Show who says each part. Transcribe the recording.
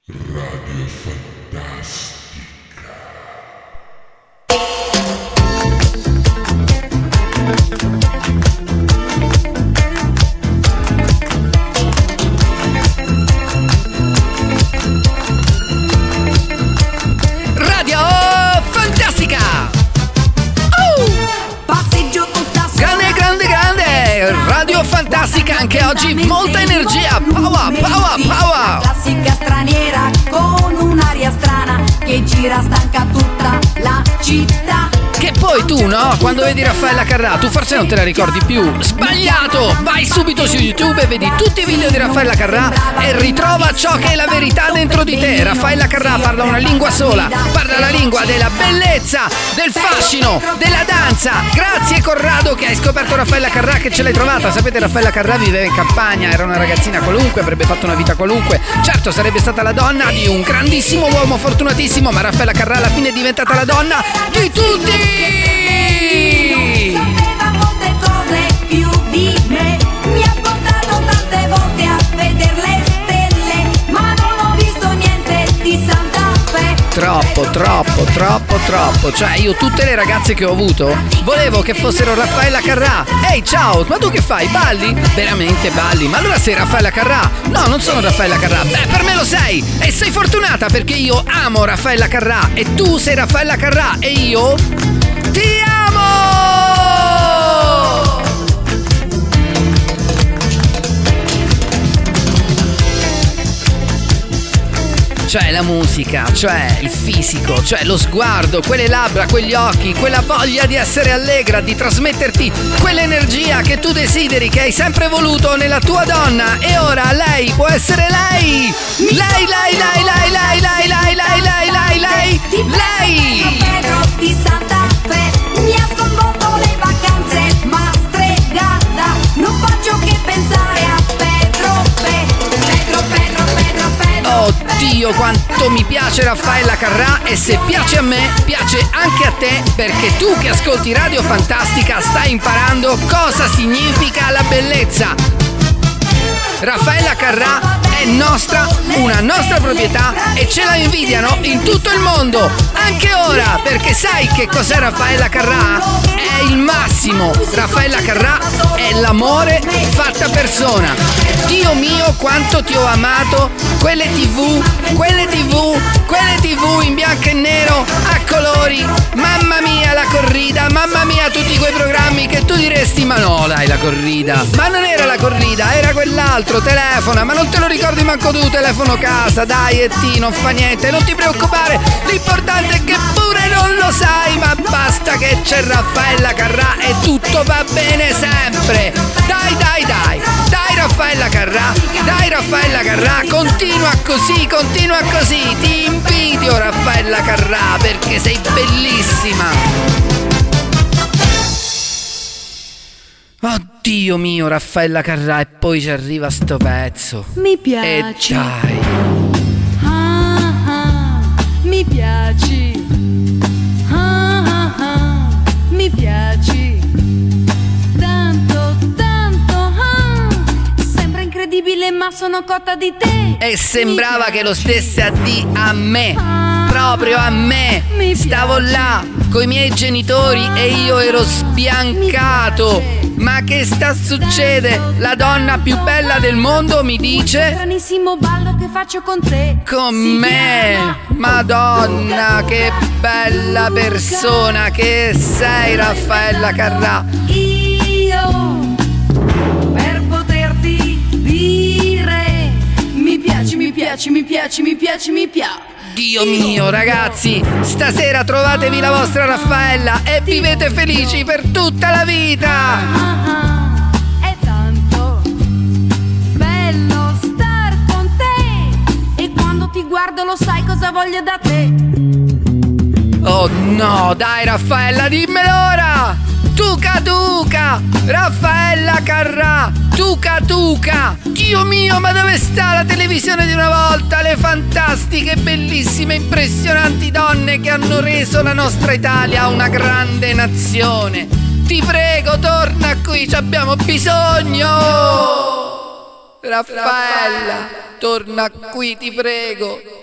Speaker 1: Radio Fantastica.
Speaker 2: Radio Fantastica.
Speaker 3: Passeggio tutta
Speaker 2: Grande, grande, grande. Radio Fantastica anche oggi, molta energia. Power, power, power.
Speaker 3: classica straniera con un'aria strana che gira stanca tutta la città.
Speaker 2: Che poi tu, no? Quando vedi Raffaella Carrà, tu forse non te la ricordi più. Sbagliato! Vai subito su YouTube e vedi tutti i video di Raffaella Carrà e ritrova ciò che è la verità dentro di te. Raffaella Carrà parla una lingua sola, parla la lingua della bellezza, del fascino, della danza. Grazie Corrado che hai scoperto Raffaella Carrà, che ce l'hai trovata. Sapete, Raffaella Carrà viveva in campagna, era una ragazzina qualunque, avrebbe fatto una vita qualunque. Certo, sarebbe stata la donna di un grandissimo uomo fortunatissimo, ma Raffaella Carrà alla fine è diventata la donna di tutti!
Speaker 3: Sapeva molte cose più di me, mi ha portato tante volte a vedere le stelle, ma non ho visto niente di Santa Fe.
Speaker 2: Troppo. Cioè, io tutte le ragazze che ho avuto volevo che fossero Raffaella Carrà. Ehi, ciao, ma tu che fai? Balli? Veramente balli? Ma allora sei Raffaella Carrà? No, non sono Raffaella Carrà. Beh, per me lo sei. E sei fortunata perché io amo Raffaella Carrà e tu sei Raffaella Carrà e io ti amo! Cioè la musica, cioè il fisico, cioè lo sguardo, quelle labbra, quegli occhi, quella voglia di essere allegra, di trasmetterti quell'energia che tu desideri, che hai sempre voluto nella tua donna. E ora lei può essere lei! Lei!
Speaker 3: Pedro di Santa Fe mi ha sconvolto le vacanze, ma stregata, non faccio che pensare a Pedro.
Speaker 2: Oddio, quanto mi piace Raffaella Carrà, e se piace a me, piace anche a te, perché tu che ascolti Radio Fantastica stai imparando cosa significa la bellezza. Raffaella Carrà è nostra, una nostra proprietà, e ce la invidiano in tutto il mondo, anche ora, perché sai che cos'è Raffaella Carrà? È il massimo. Raffaella Carrà è l'amore fatta persona. Dio mio, quanto ti ho amato, quelle tv in bianco e nero, a colori, mamma mia la corrida, mamma mia tutti quei programmi che tu diresti ma no dai, la corrida, ma non era la corrida, era quell'altro, telefona, ma non te lo ricordi manco tu, telefono casa, dai, e non fa niente, non ti preoccupare, l'importante è che pure non lo sai, ma basta che c'è Raffaella Carrà e tutto va bene sempre. Dai Raffaella Carrà, continua così, ti invidio Raffaella Carrà perché sei bellissima. Oddio mio, Raffaella Carrà, e poi ci arriva sto pezzo.
Speaker 4: Mi piaci.
Speaker 2: E dai.
Speaker 4: Mi piaci. Mi piaci. Tanto. Sembra incredibile, ma sono cotta di te.
Speaker 2: E sembrava che lo stesse a a me, proprio a me. Stavo là coi miei genitori e io ero sbiancato. Ma che succede? La donna più bella del mondo mi dice:
Speaker 4: stranissimo ballo che faccio con te.
Speaker 2: Con me? Madonna, che bella persona che sei, Raffaella Carrà.
Speaker 4: Io, per poterti dire, mi piaci.
Speaker 2: Dio mio, ragazzi, stasera trovatevi la vostra Raffaella e vivete felici per tutta la vita.
Speaker 4: È tanto bello star con te, e quando ti guardo lo sai cosa voglio da te.
Speaker 2: Oh no, dai Raffaella, dimmelo ora! Tuca, Raffaella Carrà, Tuca. Dio mio, ma dove sta la televisione di una volta? Le fantastiche, bellissime, impressionanti donne che hanno reso la nostra Italia una grande nazione. Ti prego, torna qui, ci abbiamo bisogno! Raffaella, torna qui, ti prego.